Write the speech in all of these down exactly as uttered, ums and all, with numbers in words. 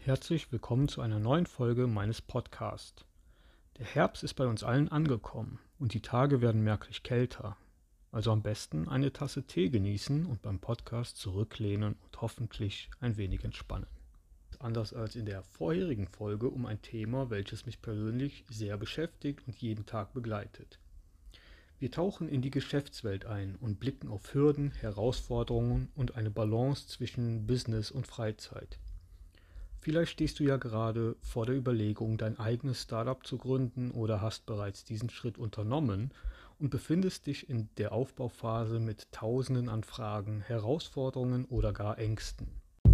Herzlich willkommen zu einer neuen Folge meines Podcasts. Der Herbst ist bei uns allen angekommen und die Tage werden merklich kälter. Also am besten eine Tasse Tee genießen und beim Podcast zurücklehnen und hoffentlich ein wenig entspannen. Anders als in der vorherigen Folge um ein Thema, welches mich persönlich sehr beschäftigt und jeden Tag begleitet. Wir tauchen in die Geschäftswelt ein und blicken auf Hürden, Herausforderungen und eine Balance zwischen Business und Freizeit. Vielleicht stehst du ja gerade vor der Überlegung, dein eigenes Startup zu gründen oder hast bereits diesen Schritt unternommen und befindest dich in der Aufbauphase mit Tausenden an Fragen, Herausforderungen oder gar Ängsten.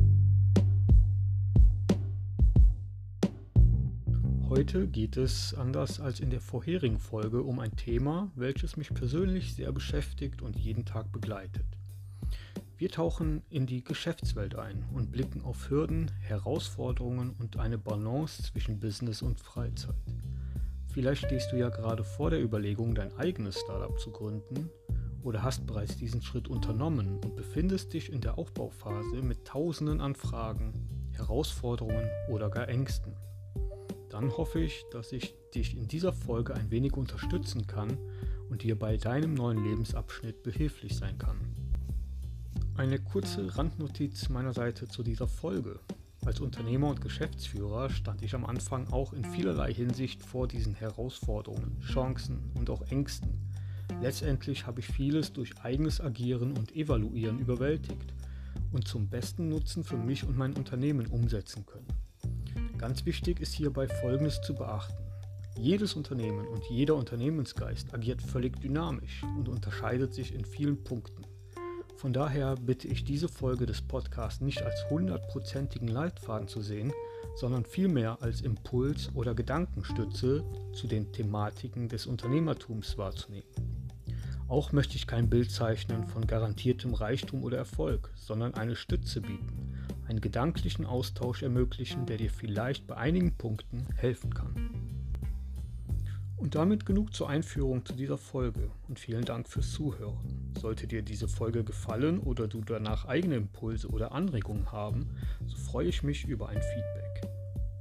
Heute geht es, anders als in der vorherigen Folge, um ein Thema, welches mich persönlich sehr beschäftigt und jeden Tag begleitet. Wir tauchen in die Geschäftswelt ein und blicken auf Hürden, Herausforderungen und eine Balance zwischen Business und Freizeit. Vielleicht stehst du ja gerade vor der Überlegung, dein eigenes Startup zu gründen oder hast bereits diesen Schritt unternommen und befindest dich in der Aufbauphase mit Tausenden an Fragen, Herausforderungen oder gar Ängsten. Dann hoffe ich, dass ich dich in dieser Folge ein wenig unterstützen kann und dir bei deinem neuen Lebensabschnitt behilflich sein kann. Eine kurze Randnotiz meiner Seite zu dieser Folge. Als Unternehmer und Geschäftsführer stand ich am Anfang auch in vielerlei Hinsicht vor diesen Herausforderungen, Chancen und auch Ängsten. Letztendlich habe ich vieles durch eigenes Agieren und Evaluieren überwältigt und zum besten Nutzen für mich und mein Unternehmen umsetzen können. Ganz wichtig ist hierbei Folgendes zu beachten. Jedes Unternehmen und jeder Unternehmensgeist agiert völlig dynamisch und unterscheidet sich in vielen Punkten. Von daher bitte ich diese Folge des Podcasts nicht als hundertprozentigen Leitfaden zu sehen, sondern vielmehr als Impuls oder Gedankenstütze zu den Thematiken des Unternehmertums wahrzunehmen. Auch möchte ich kein Bild zeichnen von garantiertem Reichtum oder Erfolg, sondern eine Stütze bieten, einen gedanklichen Austausch ermöglichen, der dir vielleicht bei einigen Punkten helfen kann. Und damit genug zur Einführung zu dieser Folge und vielen Dank fürs Zuhören. Sollte dir diese Folge gefallen oder du danach eigene Impulse oder Anregungen haben, so freue ich mich über ein Feedback.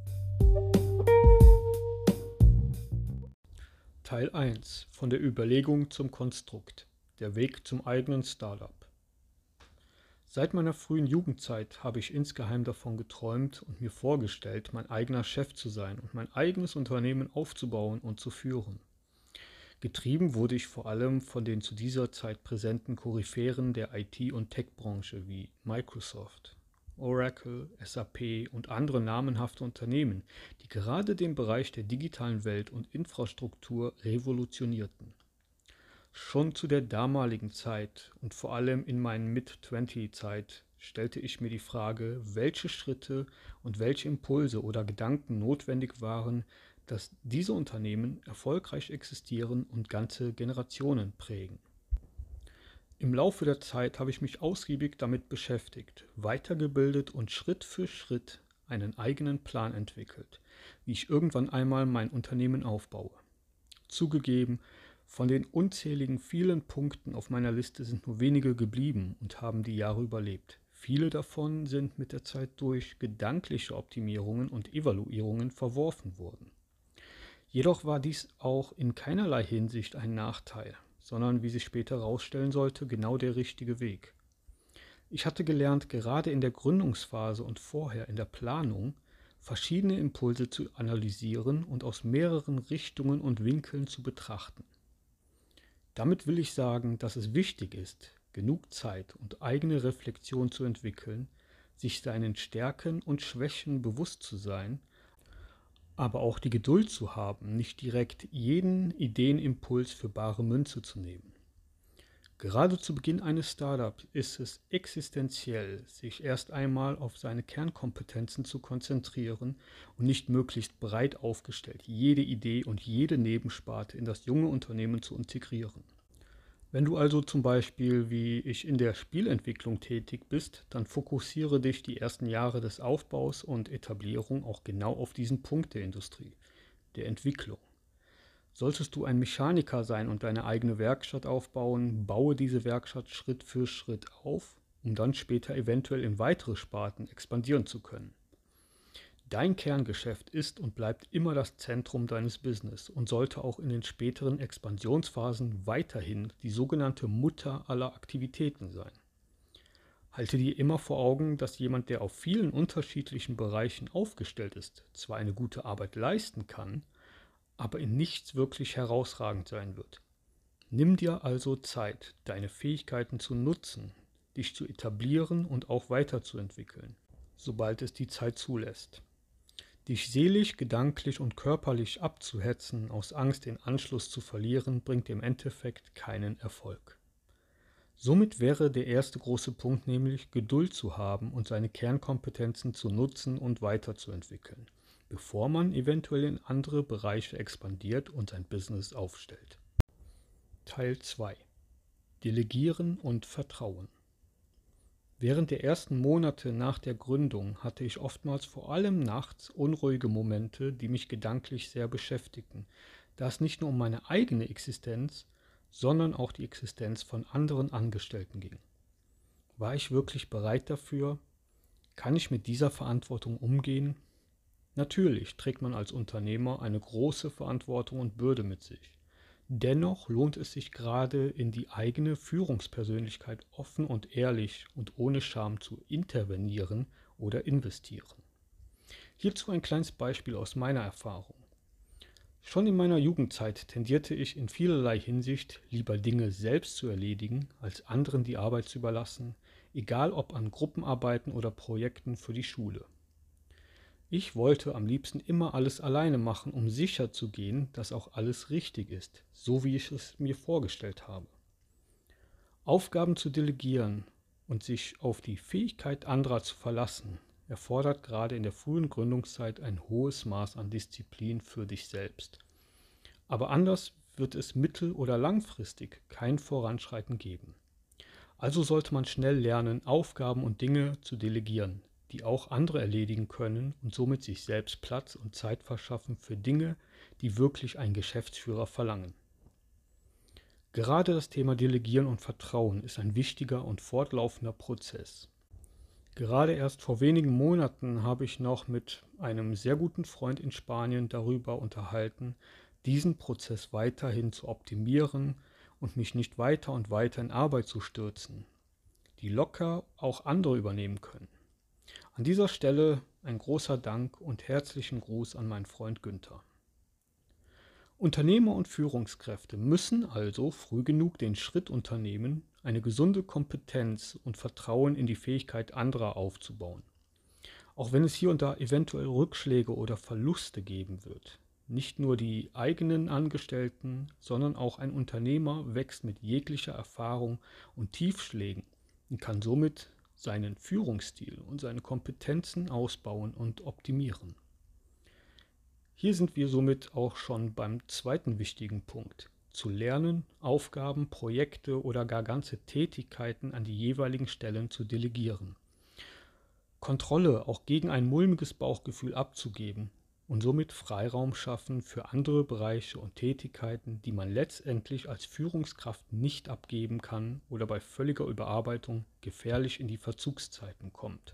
Teil eins. Von der Überlegung zum Konstrukt. Der Weg zum eigenen Startup. Seit meiner frühen Jugendzeit habe ich insgeheim davon geträumt und mir vorgestellt, mein eigener Chef zu sein und mein eigenes Unternehmen aufzubauen und zu führen. Getrieben wurde ich vor allem von den zu dieser Zeit präsenten Koryphäen der I T- und Tech-Branche wie Microsoft, Oracle, S A P und andere namenhafte Unternehmen, die gerade den Bereich der digitalen Welt und Infrastruktur revolutionierten. Schon zu der damaligen Zeit und vor allem in meinen Mid-zwanzig-Zeit stellte ich mir die Frage, welche Schritte und welche Impulse oder Gedanken notwendig waren, dass diese Unternehmen erfolgreich existieren und ganze Generationen prägen. Im Laufe der Zeit habe ich mich ausgiebig damit beschäftigt, weitergebildet und Schritt für Schritt einen eigenen Plan entwickelt, wie ich irgendwann einmal mein Unternehmen aufbaue. Zugegeben, von den unzähligen vielen Punkten auf meiner Liste sind nur wenige geblieben und haben die Jahre überlebt. Viele davon sind mit der Zeit durch gedankliche Optimierungen und Evaluierungen verworfen worden. Jedoch war dies auch in keinerlei Hinsicht ein Nachteil, sondern, wie sich später herausstellen sollte, genau der richtige Weg. Ich hatte gelernt, gerade in der Gründungsphase und vorher in der Planung, verschiedene Impulse zu analysieren und aus mehreren Richtungen und Winkeln zu betrachten. Damit will ich sagen, dass es wichtig ist, genug Zeit und eigene Reflexion zu entwickeln, sich seinen Stärken und Schwächen bewusst zu sein, aber auch die Geduld zu haben, nicht direkt jeden Ideenimpuls für bare Münze zu nehmen. Gerade zu Beginn eines Startups ist es existenziell, sich erst einmal auf seine Kernkompetenzen zu konzentrieren und nicht möglichst breit aufgestellt jede Idee und jede Nebensparte in das junge Unternehmen zu integrieren. Wenn du also zum Beispiel wie ich in der Spielentwicklung tätig bist, dann fokussiere dich die ersten Jahre des Aufbaus und Etablierung auch genau auf diesen Punkt der Industrie, der Entwicklung. Solltest du ein Mechaniker sein und deine eigene Werkstatt aufbauen, baue diese Werkstatt Schritt für Schritt auf, um dann später eventuell in weitere Sparten expandieren zu können. Dein Kerngeschäft ist und bleibt immer das Zentrum deines Business und sollte auch in den späteren Expansionsphasen weiterhin die sogenannte Mutter aller Aktivitäten sein. Halte dir immer vor Augen, dass jemand, der auf vielen unterschiedlichen Bereichen aufgestellt ist, zwar eine gute Arbeit leisten kann, aber in nichts wirklich herausragend sein wird. Nimm dir also Zeit, deine Fähigkeiten zu nutzen, dich zu etablieren und auch weiterzuentwickeln, sobald es die Zeit zulässt. Dich seelisch, gedanklich und körperlich abzuhetzen, aus Angst den Anschluss zu verlieren, bringt im Endeffekt keinen Erfolg. Somit wäre der erste große Punkt nämlich, Geduld zu haben und seine Kernkompetenzen zu nutzen und weiterzuentwickeln, bevor man eventuell in andere Bereiche expandiert und sein Business aufstellt. Teil zwei: Delegieren und Vertrauen. Während der ersten Monate nach der Gründung hatte ich oftmals vor allem nachts unruhige Momente, die mich gedanklich sehr beschäftigten, da es nicht nur um meine eigene Existenz, sondern auch die Existenz von anderen Angestellten ging. War ich wirklich bereit dafür? Kann ich mit dieser Verantwortung umgehen? Natürlich trägt man als Unternehmer eine große Verantwortung und Bürde mit sich. Dennoch lohnt es sich gerade in die eigene Führungspersönlichkeit offen und ehrlich und ohne Scham zu intervenieren oder investieren. Hierzu ein kleines Beispiel aus meiner Erfahrung. Schon in meiner Jugendzeit tendierte ich in vielerlei Hinsicht lieber Dinge selbst zu erledigen, als anderen die Arbeit zu überlassen, egal ob an Gruppenarbeiten oder Projekten für die Schule. Ich wollte am liebsten immer alles alleine machen, um sicher zu gehen, dass auch alles richtig ist, so wie ich es mir vorgestellt habe. Aufgaben zu delegieren und sich auf die Fähigkeit anderer zu verlassen, erfordert gerade in der frühen Gründungszeit ein hohes Maß an Disziplin für dich selbst. Aber anders wird es mittel- oder langfristig kein Voranschreiten geben. Also sollte man schnell lernen, Aufgaben und Dinge zu delegieren, die auch andere erledigen können und somit sich selbst Platz und Zeit verschaffen für Dinge, die wirklich ein Geschäftsführer verlangen. Gerade das Thema Delegieren und Vertrauen ist ein wichtiger und fortlaufender Prozess. Gerade erst vor wenigen Monaten habe ich noch mit einem sehr guten Freund in Spanien darüber unterhalten, diesen Prozess weiterhin zu optimieren und mich nicht weiter und weiter in Arbeit zu stürzen, die locker auch andere übernehmen können. An dieser Stelle ein großer Dank und herzlichen Gruß an meinen Freund Günther. Unternehmer und Führungskräfte müssen also früh genug den Schritt unternehmen, eine gesunde Kompetenz und Vertrauen in die Fähigkeit anderer aufzubauen. Auch wenn es hier und da eventuell Rückschläge oder Verluste geben wird. Nicht nur die eigenen Angestellten, sondern auch ein Unternehmer wächst mit jeglicher Erfahrung und Tiefschlägen und kann somit seinen Führungsstil und seine Kompetenzen ausbauen und optimieren. Hier sind wir somit auch schon beim zweiten wichtigen Punkt: zu lernen, Aufgaben, Projekte oder gar ganze Tätigkeiten an die jeweiligen Stellen zu delegieren. Kontrolle auch gegen ein mulmiges Bauchgefühl abzugeben und somit Freiraum schaffen für andere Bereiche und Tätigkeiten, die man letztendlich als Führungskraft nicht abgeben kann oder bei völliger Überarbeitung gefährlich in die Verzugszeiten kommt.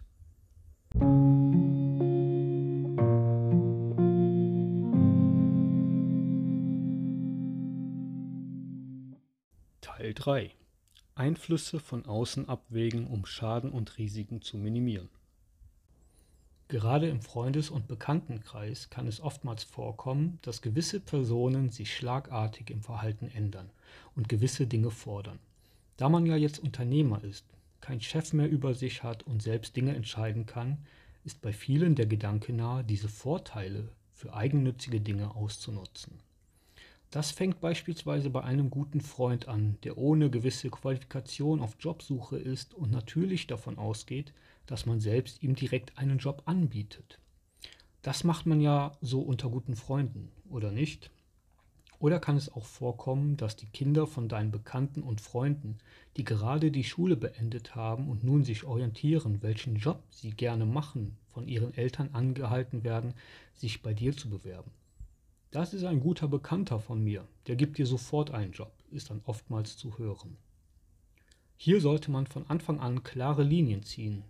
Teil drei: Einflüsse von außen abwägen, um Schaden und Risiken zu minimieren. Gerade im Freundes- und Bekanntenkreis kann es oftmals vorkommen, dass gewisse Personen sich schlagartig im Verhalten ändern und gewisse Dinge fordern. Da man ja jetzt Unternehmer ist, kein Chef mehr über sich hat und selbst Dinge entscheiden kann, ist bei vielen der Gedanke nahe, diese Vorteile für eigennützige Dinge auszunutzen. Das fängt beispielsweise bei einem guten Freund an, der ohne gewisse Qualifikation auf Jobsuche ist und natürlich davon ausgeht, dass man selbst ihm direkt einen Job anbietet. Das macht man ja so unter guten Freunden, oder nicht? Oder kann es auch vorkommen, dass die Kinder von deinen Bekannten und Freunden, die gerade die Schule beendet haben und nun sich orientieren, welchen Job sie gerne machen, von ihren Eltern angehalten werden, sich bei dir zu bewerben? Das ist ein guter Bekannter von mir, der gibt dir sofort einen Job, ist dann oftmals zu hören. Hier sollte man von Anfang an klare Linien ziehen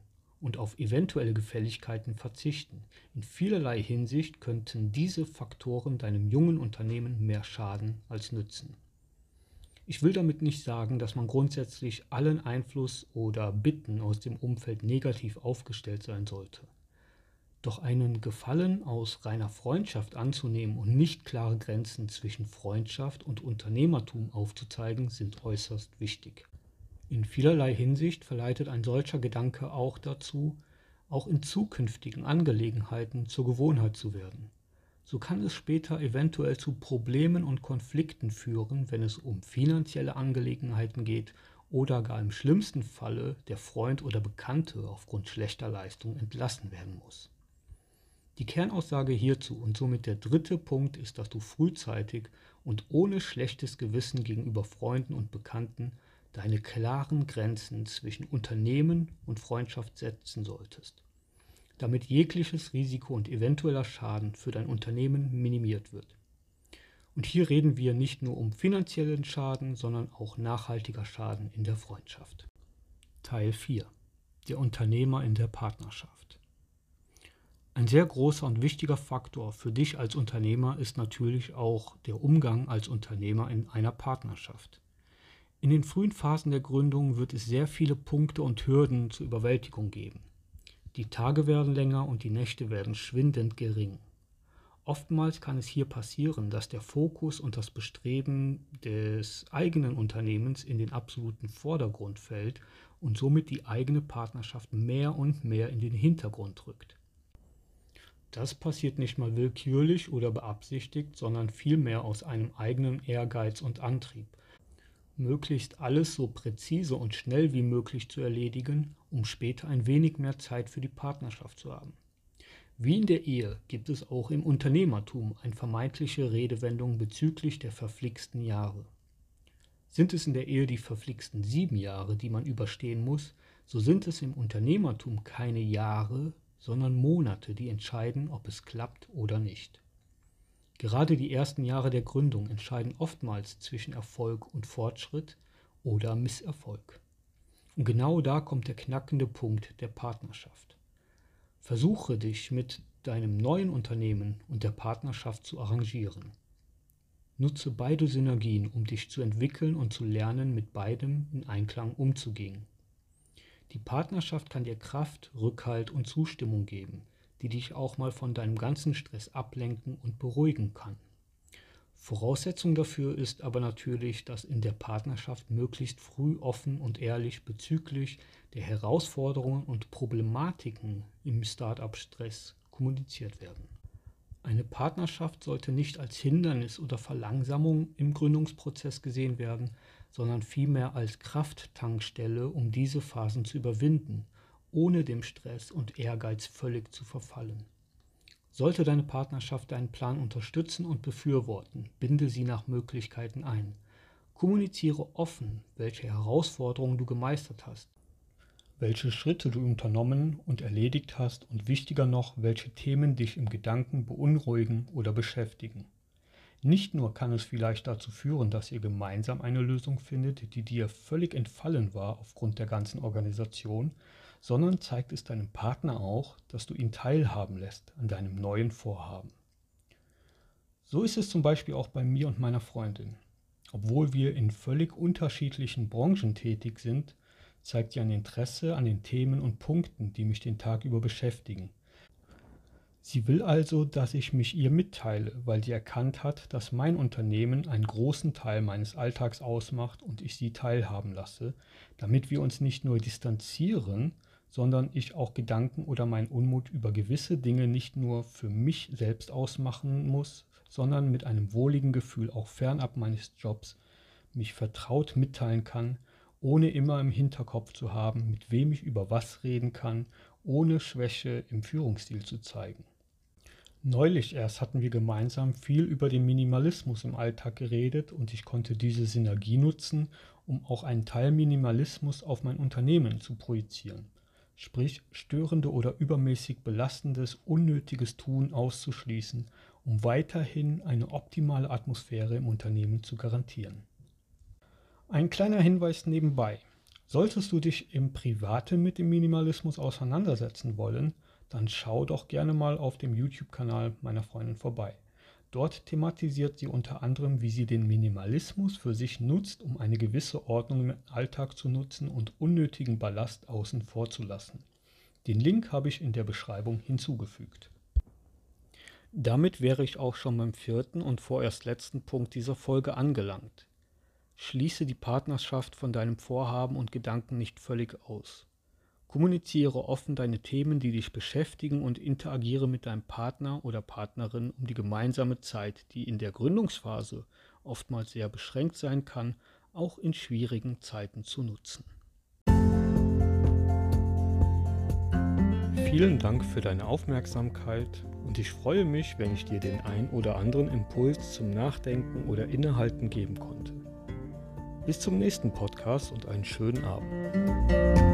und auf eventuelle Gefälligkeiten verzichten. In vielerlei Hinsicht könnten diese Faktoren deinem jungen Unternehmen mehr schaden als nützen. Ich will damit nicht sagen, dass man grundsätzlich allen Einfluss oder Bitten aus dem Umfeld negativ aufgestellt sein sollte. Doch einen Gefallen aus reiner Freundschaft anzunehmen und nicht klare Grenzen zwischen Freundschaft und Unternehmertum aufzuzeigen, sind äußerst wichtig. In vielerlei Hinsicht verleitet ein solcher Gedanke auch dazu, auch in zukünftigen Angelegenheiten zur Gewohnheit zu werden. So kann es später eventuell zu Problemen und Konflikten führen, wenn es um finanzielle Angelegenheiten geht oder gar im schlimmsten Falle der Freund oder Bekannte aufgrund schlechter Leistung entlassen werden muss. Die Kernaussage hierzu und somit der dritte Punkt ist, dass du frühzeitig und ohne schlechtes Gewissen gegenüber Freunden und Bekannten deine klaren Grenzen zwischen Unternehmen und Freundschaft setzen solltest, damit jegliches Risiko und eventueller Schaden für dein Unternehmen minimiert wird. Und hier reden wir nicht nur um finanziellen Schaden, sondern auch nachhaltiger Schaden in der Freundschaft. Teil vier. Der Unternehmer in der Partnerschaft. Ein sehr großer und wichtiger Faktor für dich als Unternehmer ist natürlich auch der Umgang als Unternehmer in einer Partnerschaft. In den frühen Phasen der Gründung wird es sehr viele Punkte und Hürden zur Überwältigung geben. Die Tage werden länger und die Nächte werden schwindend gering. Oftmals kann es hier passieren, dass der Fokus und das Bestreben des eigenen Unternehmens in den absoluten Vordergrund fällt und somit die eigene Partnerschaft mehr und mehr in den Hintergrund rückt. Das passiert nicht mal willkürlich oder beabsichtigt, sondern vielmehr aus einem eigenen Ehrgeiz und Antrieb, möglichst alles so präzise und schnell wie möglich zu erledigen, um später ein wenig mehr Zeit für die Partnerschaft zu haben. Wie in der Ehe gibt es auch im Unternehmertum eine vermeintliche Redewendung bezüglich der verflixten Jahre. Sind es in der Ehe die verflixten sieben Jahre, die man überstehen muss, so sind es im Unternehmertum keine Jahre, sondern Monate, die entscheiden, ob es klappt oder nicht. Gerade die ersten Jahre der Gründung entscheiden oftmals zwischen Erfolg und Fortschritt oder Misserfolg. Und genau da kommt der knackende Punkt der Partnerschaft. Versuche dich mit deinem neuen Unternehmen und der Partnerschaft zu arrangieren. Nutze beide Synergien, um dich zu entwickeln und zu lernen, mit beidem in Einklang umzugehen. Die Partnerschaft kann dir Kraft, Rückhalt und Zustimmung geben, die dich auch mal von deinem ganzen Stress ablenken und beruhigen kann. Voraussetzung dafür ist aber natürlich, dass in der Partnerschaft möglichst früh offen und ehrlich bezüglich der Herausforderungen und Problematiken im Start-up-Stress kommuniziert werden. Eine Partnerschaft sollte nicht als Hindernis oder Verlangsamung im Gründungsprozess gesehen werden, sondern vielmehr als Krafttankstelle, um diese Phasen zu überwinden, ohne dem Stress und Ehrgeiz völlig zu verfallen. Sollte deine Partnerschaft deinen Plan unterstützen und befürworten, binde sie nach Möglichkeiten ein. Kommuniziere offen, welche Herausforderungen du gemeistert hast, welche Schritte du unternommen und erledigt hast und wichtiger noch, welche Themen dich im Gedanken beunruhigen oder beschäftigen. Nicht nur kann es vielleicht dazu führen, dass ihr gemeinsam eine Lösung findet, die dir völlig entfallen war aufgrund der ganzen Organisation, sondern zeigt es deinem Partner auch, dass du ihn teilhaben lässt an deinem neuen Vorhaben. So ist es zum Beispiel auch bei mir und meiner Freundin. Obwohl wir in völlig unterschiedlichen Branchen tätig sind, zeigt sie ein Interesse an den Themen und Punkten, die mich den Tag über beschäftigen. Sie will also, dass ich mich ihr mitteile, weil sie erkannt hat, dass mein Unternehmen einen großen Teil meines Alltags ausmacht und ich sie teilhaben lasse, damit wir uns nicht nur distanzieren, sondern ich auch Gedanken oder meinen Unmut über gewisse Dinge nicht nur für mich selbst ausmachen muss, sondern mit einem wohligen Gefühl auch fernab meines Jobs mich vertraut mitteilen kann, ohne immer im Hinterkopf zu haben, mit wem ich über was reden kann, ohne Schwäche im Führungsstil zu zeigen. Neulich erst hatten wir gemeinsam viel über den Minimalismus im Alltag geredet und ich konnte diese Synergie nutzen, um auch einen Teil Minimalismus auf mein Unternehmen zu projizieren. Sprich, störende oder übermäßig belastendes, unnötiges Tun auszuschließen, um weiterhin eine optimale Atmosphäre im Unternehmen zu garantieren. Ein kleiner Hinweis nebenbei. Solltest du dich im Privaten mit dem Minimalismus auseinandersetzen wollen, dann schau doch gerne mal auf dem YouTube-Kanal meiner Freundin vorbei. Dort thematisiert sie unter anderem, wie sie den Minimalismus für sich nutzt, um eine gewisse Ordnung im Alltag zu nutzen und unnötigen Ballast außen vor zu lassen. Den Link habe ich in der Beschreibung hinzugefügt. Damit wäre ich auch schon beim vierten und vorerst letzten Punkt dieser Folge angelangt. Schließe die Partnerschaft von deinem Vorhaben und Gedanken nicht völlig aus. Kommuniziere offen deine Themen, die dich beschäftigen, und interagiere mit deinem Partner oder Partnerin, um die gemeinsame Zeit, die in der Gründungsphase oftmals sehr beschränkt sein kann, auch in schwierigen Zeiten zu nutzen. Vielen Dank für deine Aufmerksamkeit und ich freue mich, wenn ich dir den ein oder anderen Impuls zum Nachdenken oder Innehalten geben konnte. Bis zum nächsten Podcast und einen schönen Abend.